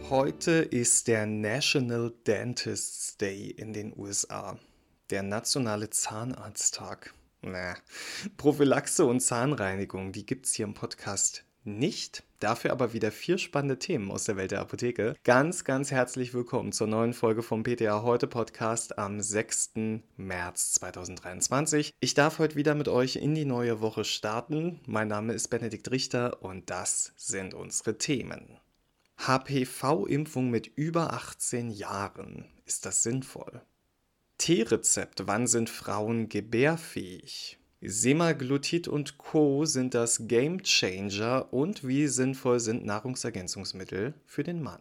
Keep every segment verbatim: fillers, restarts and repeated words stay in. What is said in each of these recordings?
Heute ist der National Dentists Day in den U S A, der nationale Zahnarzttag. Na, Prophylaxe und Zahnreinigung, die gibt's hier im Podcast nicht. Dafür aber wieder vier spannende Themen aus der Welt der Apotheke. Ganz, ganz herzlich willkommen zur neuen Folge vom P T A Heute Podcast am sechsten März zweitausenddreiundzwanzig. Ich darf heute wieder mit euch in die neue Woche starten. Mein Name ist Benedikt Richter und das sind unsere Themen. H P V-Impfung mit über achtzehn Jahren. Ist das sinnvoll? T-Rezept. Wann sind Frauen gebärfähig? Semaglutid und Co. sind das Gamechanger und wie sinnvoll sind Nahrungsergänzungsmittel für den Mann?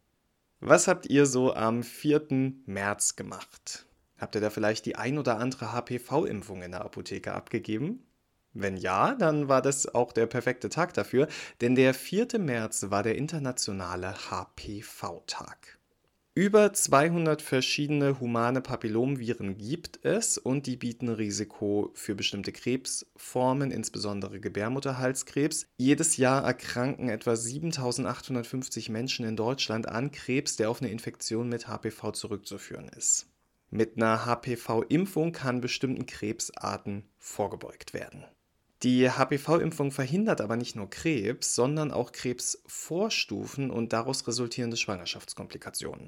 Was habt ihr so am vierten März gemacht? Habt ihr da vielleicht die ein oder andere H P V-Impfung in der Apotheke abgegeben? Wenn ja, dann war das auch der perfekte Tag dafür, denn der vierte März war der internationale H P V-Tag. Über zweihundert verschiedene humane Papillomviren gibt es und die bieten Risiko für bestimmte Krebsformen, insbesondere Gebärmutterhalskrebs. Jedes Jahr erkranken etwa siebentausendachthundertfünfzig Menschen in Deutschland an Krebs, der auf eine Infektion mit H P V zurückzuführen ist. Mit einer H P V-Impfung kann bestimmten Krebsarten vorgebeugt werden. Die H P V-Impfung verhindert aber nicht nur Krebs, sondern auch Krebsvorstufen und daraus resultierende Schwangerschaftskomplikationen.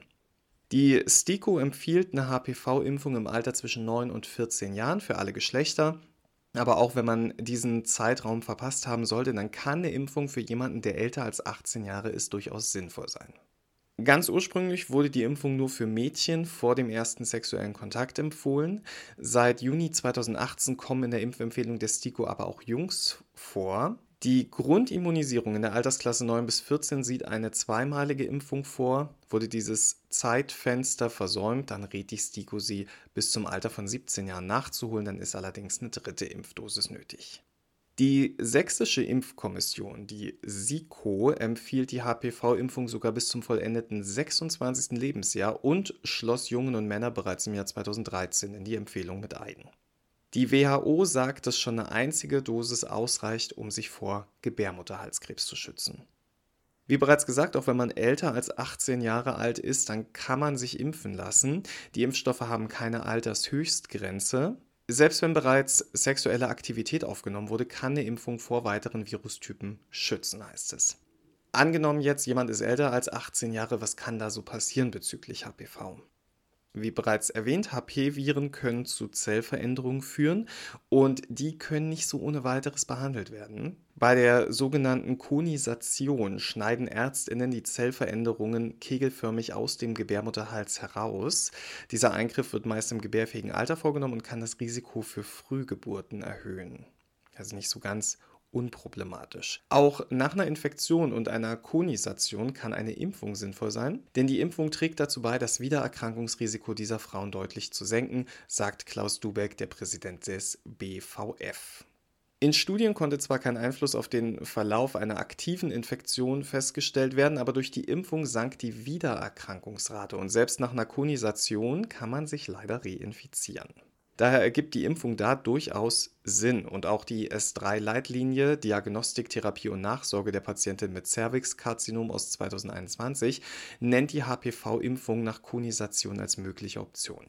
Die STIKO empfiehlt eine H P V-Impfung im Alter zwischen neun und vierzehn Jahren für alle Geschlechter. Aber auch wenn man diesen Zeitraum verpasst haben sollte, dann kann eine Impfung für jemanden, der älter als achtzehn Jahre ist, durchaus sinnvoll sein. Ganz ursprünglich wurde die Impfung nur für Mädchen vor dem ersten sexuellen Kontakt empfohlen. Seit Juni zweitausendachtzehn kommen in der Impfempfehlung der STIKO aber auch Jungs vor. Die Grundimmunisierung in der Altersklasse neun bis vierzehn sieht eine zweimalige Impfung vor. Wurde dieses Zeitfenster versäumt, dann rät die STIKO, sie bis zum Alter von siebzehn Jahren nachzuholen. Dann ist allerdings eine dritte Impfdosis nötig. Die Sächsische Impfkommission, die SIKO, empfiehlt die H P V-Impfung sogar bis zum vollendeten sechsundzwanzigsten Lebensjahr und schloss Jungen und Männer bereits im Jahr zweitausenddreizehn in die Empfehlung mit ein. Die W H O sagt, dass schon eine einzige Dosis ausreicht, um sich vor Gebärmutterhalskrebs zu schützen. Wie bereits gesagt, auch wenn man älter als achtzehn Jahre alt ist, dann kann man sich impfen lassen. Die Impfstoffe haben keine Altershöchstgrenze. Selbst wenn bereits sexuelle Aktivität aufgenommen wurde, kann eine Impfung vor weiteren Virustypen schützen, heißt es. Angenommen jetzt, jemand ist älter als achtzehn Jahre, was kann da so passieren bezüglich H P V? Wie bereits erwähnt, H P-Viren können zu Zellveränderungen führen und die können nicht so ohne weiteres behandelt werden. Bei der sogenannten Konisation schneiden ÄrztInnen die Zellveränderungen kegelförmig aus dem Gebärmutterhals heraus. Dieser Eingriff wird meist im gebärfähigen Alter vorgenommen und kann das Risiko für Frühgeburten erhöhen. Also nicht so ganz unproblematisch. Auch nach einer Infektion und einer Konisation kann eine Impfung sinnvoll sein, denn die Impfung trägt dazu bei, das Wiedererkrankungsrisiko dieser Frauen deutlich zu senken, sagt Klaus Dubeck, der Präsident des B V F. In Studien konnte zwar kein Einfluss auf den Verlauf einer aktiven Infektion festgestellt werden, aber durch die Impfung sank die Wiedererkrankungsrate und selbst nach einer Konisation kann man sich leider reinfizieren. Daher ergibt die Impfung da durchaus Sinn und auch die S drei Leitlinie Diagnostik, Therapie und Nachsorge der Patientin mit Cervixkarzinom aus zweitausendeinundzwanzig nennt die H P V-Impfung nach Konisation als mögliche Option.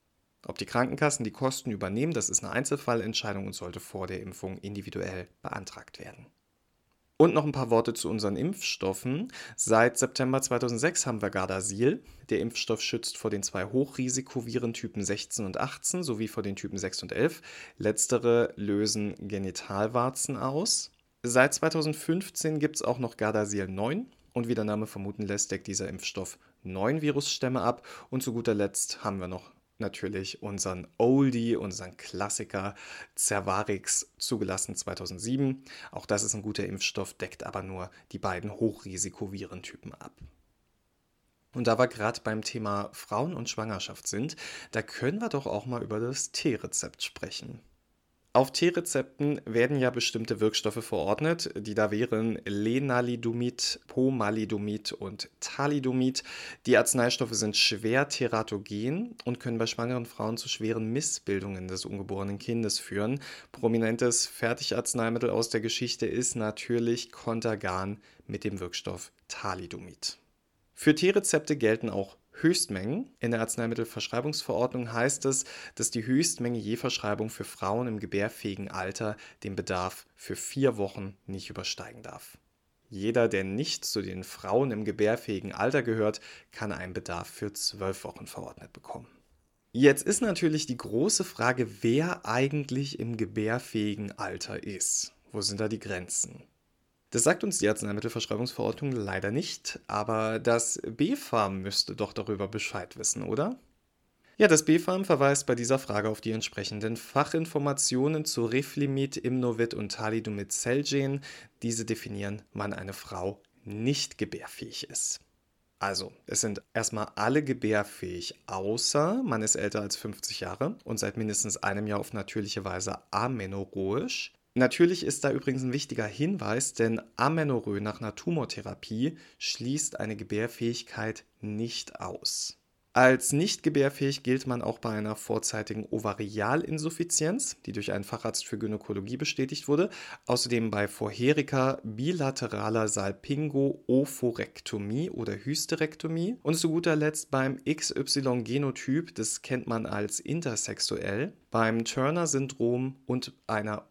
Ob die Krankenkassen die Kosten übernehmen, das ist eine Einzelfallentscheidung und sollte vor der Impfung individuell beantragt werden. Und noch ein paar Worte zu unseren Impfstoffen. Seit September zweitausendsechs haben wir Gardasil. Der Impfstoff schützt vor den zwei Hochrisikoviren Typen sechzehn und achtzehn sowie vor den Typen sechs und elf. Letztere lösen Genitalwarzen aus. Seit zweitausendfünfzehn gibt es auch noch Gardasil neun und wie der Name vermuten lässt, deckt dieser Impfstoff neun Virusstämme ab. Und zu guter Letzt haben wir noch natürlich unseren Oldie, unseren Klassiker Cervarix, zugelassen zweitausendsieben. Auch das ist ein guter Impfstoff, deckt aber nur die beiden Hochrisikovirentypen ab. Und da wir gerade beim Thema Frauen und Schwangerschaft sind, da können wir doch auch mal über das T-Rezept sprechen. Auf T-Rezepten werden ja bestimmte Wirkstoffe verordnet, die da wären Lenalidomid, Pomalidomid und Thalidomid. Die Arzneistoffe sind schwer teratogen und können bei schwangeren Frauen zu schweren Missbildungen des ungeborenen Kindes führen. Prominentes Fertigarzneimittel aus der Geschichte ist natürlich Contergan mit dem Wirkstoff Thalidomid. Für T-Rezepte gelten auch Höchstmengen. In der Arzneimittelverschreibungsverordnung heißt es, dass die Höchstmenge je Verschreibung für Frauen im gebärfähigen Alter den Bedarf für vier Wochen nicht übersteigen darf. Jeder, der nicht zu den Frauen im gebärfähigen Alter gehört, kann einen Bedarf für zwölf Wochen verordnet bekommen. Jetzt ist natürlich die große Frage, wer eigentlich im gebärfähigen Alter ist. Wo sind da die Grenzen? Das sagt uns die Arzneimittelverschreibungsverordnung leider nicht, aber das B Fam müsste doch darüber Bescheid wissen, oder? Ja, das B Fam verweist bei dieser Frage auf die entsprechenden Fachinformationen zu Revlimid, Imnovid und Thalidomid-Celgen. Diese definieren, wann eine Frau nicht gebärfähig ist. Also, es sind erstmal alle gebärfähig, außer man ist älter als fünfzig Jahre und seit mindestens einem Jahr auf natürliche Weise amenorrhoisch. Natürlich ist da übrigens ein wichtiger Hinweis, denn Amenorrhoe nach einer Tumortherapie schließt eine Gebärfähigkeit nicht aus. Als nicht gebärfähig gilt man auch bei einer vorzeitigen Ovarialinsuffizienz, die durch einen Facharzt für Gynäkologie bestätigt wurde, außerdem bei vorheriger bilateraler Salpingo-Ophorektomie oder Hysterektomie und zu guter Letzt beim X Y-Genotyp, das kennt man als intersexuell, beim Turner-Syndrom und einer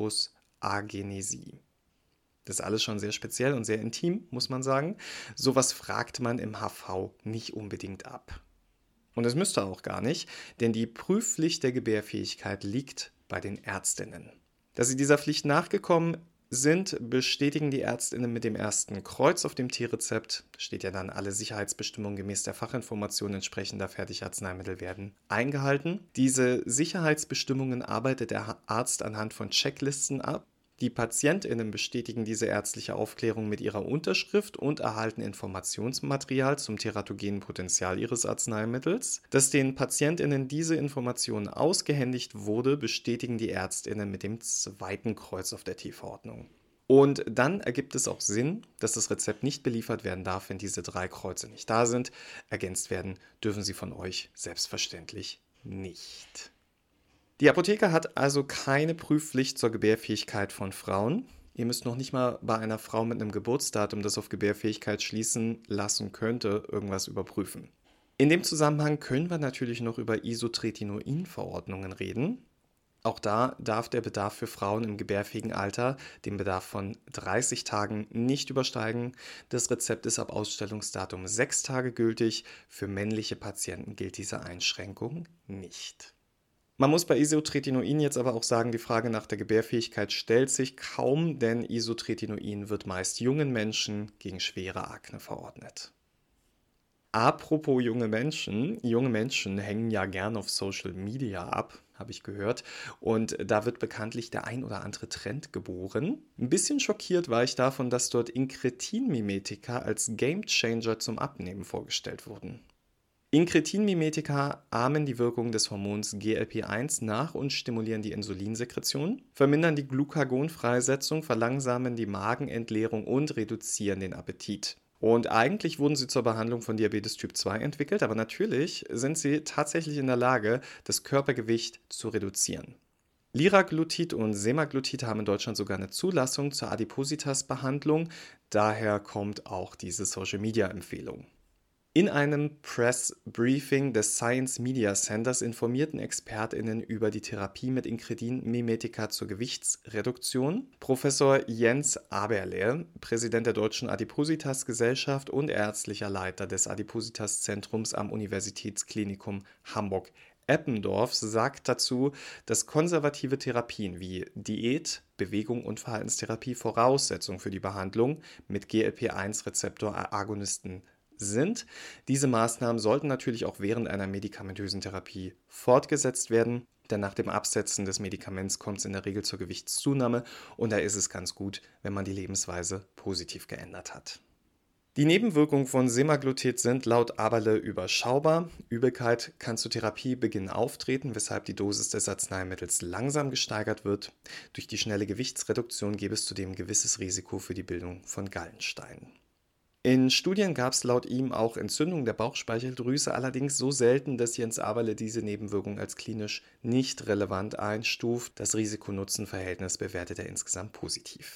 Uterusagenesie. Das ist alles schon sehr speziell und sehr intim, muss man sagen. Sowas fragt man im H V nicht unbedingt ab. Und es müsste auch gar nicht, denn die Prüfpflicht der Gebärfähigkeit liegt bei den Ärztinnen. Dass sie dieser Pflicht nachgekommen sind, bestätigen die Ärztinnen mit dem ersten Kreuz auf dem T-Rezept. Da steht ja dann, alle Sicherheitsbestimmungen gemäß der Fachinformation entsprechender Fertigarzneimittel werden eingehalten. Diese Sicherheitsbestimmungen arbeitet der Arzt anhand von Checklisten ab. Die PatientInnen bestätigen diese ärztliche Aufklärung mit ihrer Unterschrift und erhalten Informationsmaterial zum teratogenen Potenzial ihres Arzneimittels. Dass den PatientInnen diese Informationen ausgehändigt wurde, bestätigen die ÄrztInnen mit dem zweiten Kreuz auf der T-Verordnung. Und dann ergibt es auch Sinn, dass das Rezept nicht beliefert werden darf, wenn diese drei Kreuze nicht da sind. Ergänzt werden dürfen sie von euch selbstverständlich nicht. Die Apotheke hat also keine Prüfpflicht zur Gebärfähigkeit von Frauen. Ihr müsst noch nicht mal bei einer Frau mit einem Geburtsdatum, das auf Gebärfähigkeit schließen lassen könnte, irgendwas überprüfen. In dem Zusammenhang können wir natürlich noch über Isotretinoin-Verordnungen reden. Auch da darf der Bedarf für Frauen im gebärfähigen Alter den Bedarf von dreißig Tagen nicht übersteigen. Das Rezept ist ab Ausstellungsdatum sechs Tage gültig. Für männliche Patienten gilt diese Einschränkung nicht. Man muss bei Isotretinoin jetzt aber auch sagen, die Frage nach der Gebärfähigkeit stellt sich kaum, denn Isotretinoin wird meist jungen Menschen gegen schwere Akne verordnet. Apropos junge Menschen, junge Menschen hängen ja gern auf Social Media ab, habe ich gehört, und da wird bekanntlich der ein oder andere Trend geboren. Ein bisschen schockiert war ich davon, dass dort Incretin-Mimetika als Gamechanger zum Abnehmen vorgestellt wurden. Incretin-Mimetika ahmen die Wirkung des Hormons G L P eins nach und stimulieren die Insulinsekretion, vermindern die Glucagonfreisetzung, verlangsamen die Magenentleerung und reduzieren den Appetit. Und eigentlich wurden sie zur Behandlung von Diabetes Typ zwei entwickelt, aber natürlich sind sie tatsächlich in der Lage, das Körpergewicht zu reduzieren. Liraglutid und Semaglutid haben in Deutschland sogar eine Zulassung zur Adipositas-Behandlung, daher kommt auch diese Social-Media-Empfehlung. In einem Press-Briefing des Science Media Centers informierten ExpertInnen über die Therapie mit Incretin-Mimetika zur Gewichtsreduktion. Professor Jens Aberle, Präsident der Deutschen Adipositas-Gesellschaft und ärztlicher Leiter des Adipositas-Zentrums am Universitätsklinikum Hamburg-Eppendorf, sagt dazu, dass konservative Therapien wie Diät, Bewegung und Verhaltenstherapie Voraussetzung für die Behandlung mit G L P eins Rezeptor-Agonisten sind. Diese Maßnahmen sollten natürlich auch während einer medikamentösen Therapie fortgesetzt werden, denn nach dem Absetzen des Medikaments kommt es in der Regel zur Gewichtszunahme und da ist es ganz gut, wenn man die Lebensweise positiv geändert hat. Die Nebenwirkungen von Semaglutid sind laut Aberle überschaubar. Übelkeit kann zu Therapiebeginn auftreten, weshalb die Dosis des Arzneimittels langsam gesteigert wird. Durch die schnelle Gewichtsreduktion gäbe es zudem ein gewisses Risiko für die Bildung von Gallensteinen. In Studien gab es laut ihm auch Entzündungen der Bauchspeicheldrüse, allerdings so selten, dass Jens Aberle diese Nebenwirkung als klinisch nicht relevant einstuft. Das Risiko-Nutzen-Verhältnis bewertet er insgesamt positiv.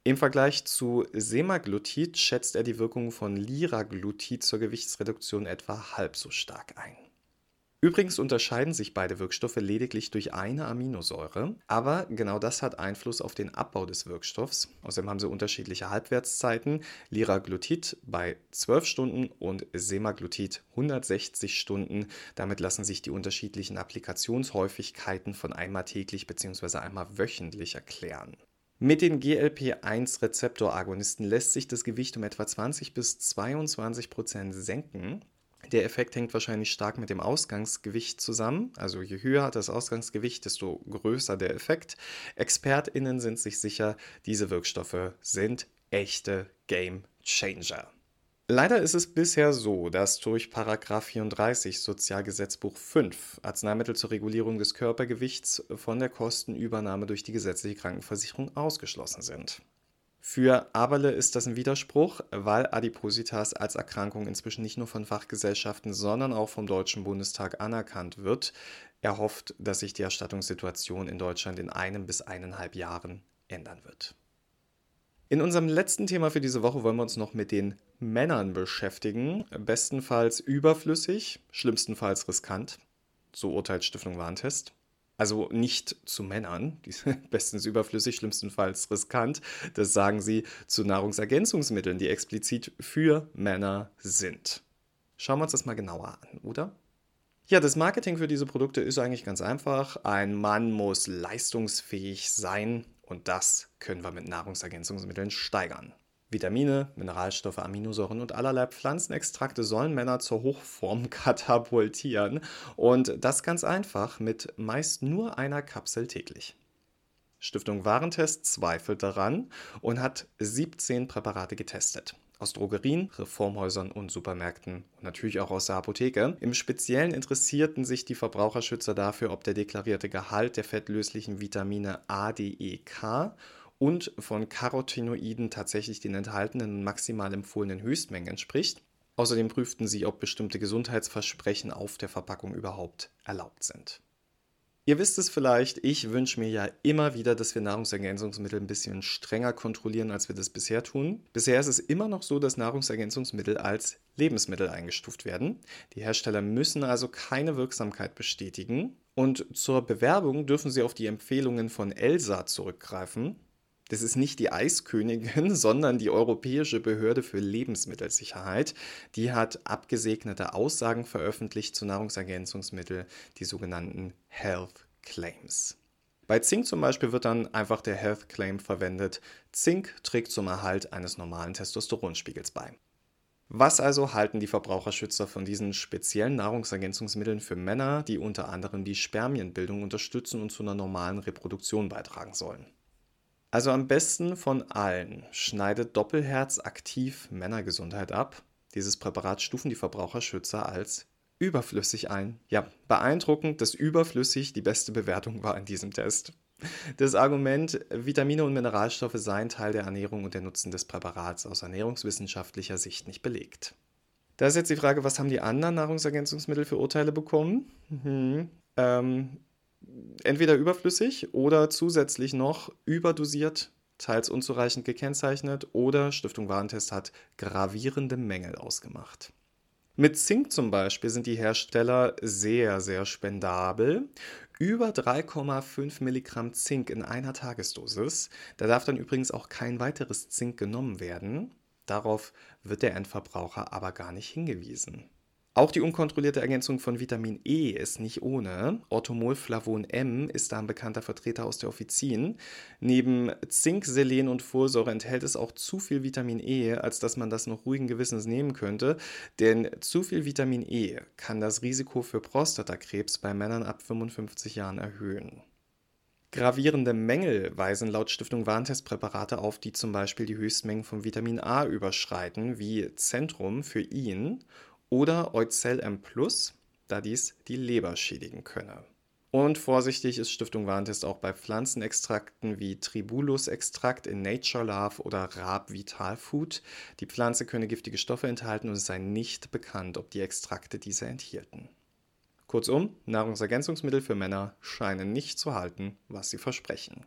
Im Vergleich zu Semaglutid schätzt er die Wirkung von Liraglutid zur Gewichtsreduktion etwa halb so stark ein. Übrigens unterscheiden sich beide Wirkstoffe lediglich durch eine Aminosäure, aber genau das hat Einfluss auf den Abbau des Wirkstoffs. Außerdem haben sie unterschiedliche Halbwertszeiten. Liraglutid bei zwölf Stunden und Semaglutid hundertsechzig Stunden. Damit lassen sich die unterschiedlichen Applikationshäufigkeiten von einmal täglich bzw. einmal wöchentlich erklären. Mit den G L P eins Rezeptoragonisten lässt sich das Gewicht um etwa zwanzig bis zweiundzwanzig Prozent senken. Der Effekt hängt wahrscheinlich stark mit dem Ausgangsgewicht zusammen. Also je höher das Ausgangsgewicht, desto größer der Effekt. ExpertInnen sind sich sicher, diese Wirkstoffe sind echte Game Changer. Leider ist es bisher so, dass durch Paragraph vierunddreißig Sozialgesetzbuch fünf Arzneimittel zur Regulierung des Körpergewichts von der Kostenübernahme durch die gesetzliche Krankenversicherung ausgeschlossen sind. Für Aberle ist das ein Widerspruch, weil Adipositas als Erkrankung inzwischen nicht nur von Fachgesellschaften, sondern auch vom Deutschen Bundestag anerkannt wird. Er hofft, dass sich die Erstattungssituation in Deutschland in einem bis eineinhalb Jahren ändern wird. In unserem letzten Thema für diese Woche wollen wir uns noch mit den Männern beschäftigen. Bestenfalls überflüssig, schlimmstenfalls riskant. So urteilt Stiftung Warentest. Also nicht zu Männern, die sind bestens überflüssig, schlimmstenfalls riskant. Das sagen sie zu Nahrungsergänzungsmitteln, die explizit für Männer sind. Schauen wir uns das mal genauer an, oder? Ja, das Marketing für diese Produkte ist eigentlich ganz einfach. Ein Mann muss leistungsfähig sein und das können wir mit Nahrungsergänzungsmitteln steigern. Vitamine, Mineralstoffe, Aminosäuren und allerlei Pflanzenextrakte sollen Männer zur Hochform katapultieren und das ganz einfach mit meist nur einer Kapsel täglich. Stiftung Warentest zweifelt daran und hat siebzehn Präparate getestet. Aus Drogerien, Reformhäusern und Supermärkten und natürlich auch aus der Apotheke. Im Speziellen interessierten sich die Verbraucherschützer dafür, ob der deklarierte Gehalt der fettlöslichen Vitamine A, D, E, K und von Carotinoiden tatsächlich den enthaltenen maximal empfohlenen Höchstmengen entspricht. Außerdem prüften sie, ob bestimmte Gesundheitsversprechen auf der Verpackung überhaupt erlaubt sind. Ihr wisst es vielleicht, ich wünsche mir ja immer wieder, dass wir Nahrungsergänzungsmittel ein bisschen strenger kontrollieren, als wir das bisher tun. Bisher ist es immer noch so, dass Nahrungsergänzungsmittel als Lebensmittel eingestuft werden. Die Hersteller müssen also keine Wirksamkeit bestätigen. Und zur Bewerbung dürfen sie auf die Empfehlungen von ELSA zurückgreifen. Das ist nicht die Eiskönigin, sondern die Europäische Behörde für Lebensmittelsicherheit. Die hat abgesegnete Aussagen veröffentlicht zu Nahrungsergänzungsmitteln, die sogenannten Health Claims. Bei Zink zum Beispiel wird dann einfach der Health Claim verwendet. Zink trägt zum Erhalt eines normalen Testosteronspiegels bei. Was also halten die Verbraucherschützer von diesen speziellen Nahrungsergänzungsmitteln für Männer, die unter anderem die Spermienbildung unterstützen und zu einer normalen Reproduktion beitragen sollen? Also am besten von allen schneidet Doppelherz aktiv Männergesundheit ab. Dieses Präparat stufen die Verbraucherschützer als überflüssig ein. Ja, beeindruckend, dass überflüssig die beste Bewertung war in diesem Test. Das Argument, Vitamine und Mineralstoffe seien Teil der Ernährung und der Nutzen des Präparats aus ernährungswissenschaftlicher Sicht nicht belegt. Da ist jetzt die Frage, was haben die anderen Nahrungsergänzungsmittel für Urteile bekommen? Mhm. Ähm, entweder überflüssig oder zusätzlich noch überdosiert, teils unzureichend gekennzeichnet oder Stiftung Warentest hat gravierende Mängel ausgemacht. Mit Zink zum Beispiel sind die Hersteller sehr, sehr spendabel. Über drei Komma fünf Milligramm Zink in einer Tagesdosis. Da darf dann übrigens auch kein weiteres Zink genommen werden. Darauf wird der Endverbraucher aber gar nicht hingewiesen. Auch die unkontrollierte Ergänzung von Vitamin E ist nicht ohne. Orthomolflavon M ist da ein bekannter Vertreter aus der Offizin. Neben Zink, Selen und Folsäure enthält es auch zu viel Vitamin E, als dass man das noch ruhigen Gewissens nehmen könnte. Denn zu viel Vitamin E kann das Risiko für Prostatakrebs bei Männern ab fünfundfünfzig Jahren erhöhen. Gravierende Mängel weisen laut Stiftung Warentest Präparate auf, die zum Beispiel die Höchstmengen von Vitamin A überschreiten, wie Centrum für ihn oder Eucel M plus, da dies die Leber schädigen könne. Und vorsichtig ist Stiftung Warentest auch bei Pflanzenextrakten wie Tribulus-Extrakt in Nature Love oder Rab Vital Food. Die Pflanze könne giftige Stoffe enthalten und es sei nicht bekannt, ob die Extrakte diese enthielten. Kurzum, Nahrungsergänzungsmittel für Männer scheinen nicht zu halten, was sie versprechen.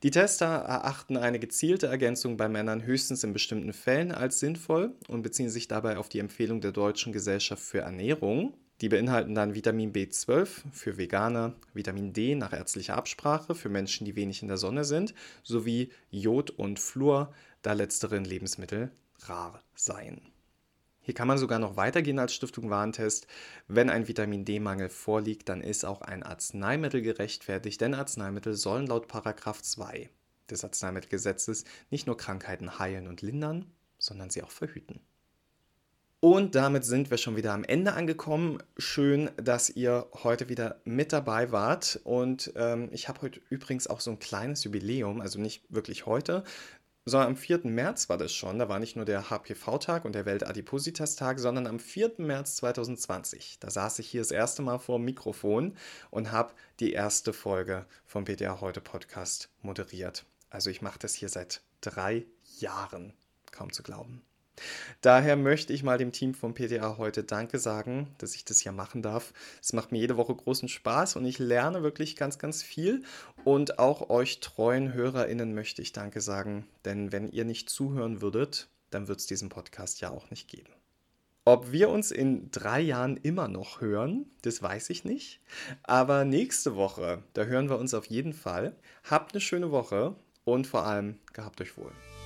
Die Tester erachten eine gezielte Ergänzung bei Männern höchstens in bestimmten Fällen als sinnvoll und beziehen sich dabei auf die Empfehlung der Deutschen Gesellschaft für Ernährung. Die beinhalten dann Vitamin B zwölf für Veganer, Vitamin D nach ärztlicher Absprache für Menschen, die wenig in der Sonne sind, sowie Jod und Fluor, da letztere in Lebensmitteln rar seien. Hier kann man sogar noch weitergehen als Stiftung Warentest. Wenn ein Vitamin D-Mangel vorliegt, dann ist auch ein Arzneimittel gerechtfertigt, denn Arzneimittel sollen laut Paragraph zwei des Arzneimittelgesetzes nicht nur Krankheiten heilen und lindern, sondern sie auch verhüten. Und damit sind wir schon wieder am Ende angekommen. Schön, dass ihr heute wieder mit dabei wart. Und ähm, ich habe heute übrigens auch so ein kleines Jubiläum, also nicht wirklich heute, sondern am vierten März war das schon. Da war nicht nur der H P V-Tag und der Welt-Adipositas-Tag, sondern am vierten März zweitausendzwanzig. Da saß ich hier das erste Mal vor dem Mikrofon und habe die erste Folge vom P T A Heute Podcast moderiert. Also ich mache das hier seit drei Jahren. Kaum zu glauben. Daher möchte ich mal dem Team vom P T A heute Danke sagen, dass ich das hier machen darf. Es macht mir jede Woche großen Spaß und ich lerne wirklich ganz, ganz viel. Und auch euch treuen HörerInnen möchte ich Danke sagen, denn wenn ihr nicht zuhören würdet, dann wird es diesen Podcast ja auch nicht geben. Ob wir uns in drei Jahren immer noch hören, das weiß ich nicht. Aber nächste Woche, da hören wir uns auf jeden Fall. Habt eine schöne Woche und vor allem gehabt euch wohl.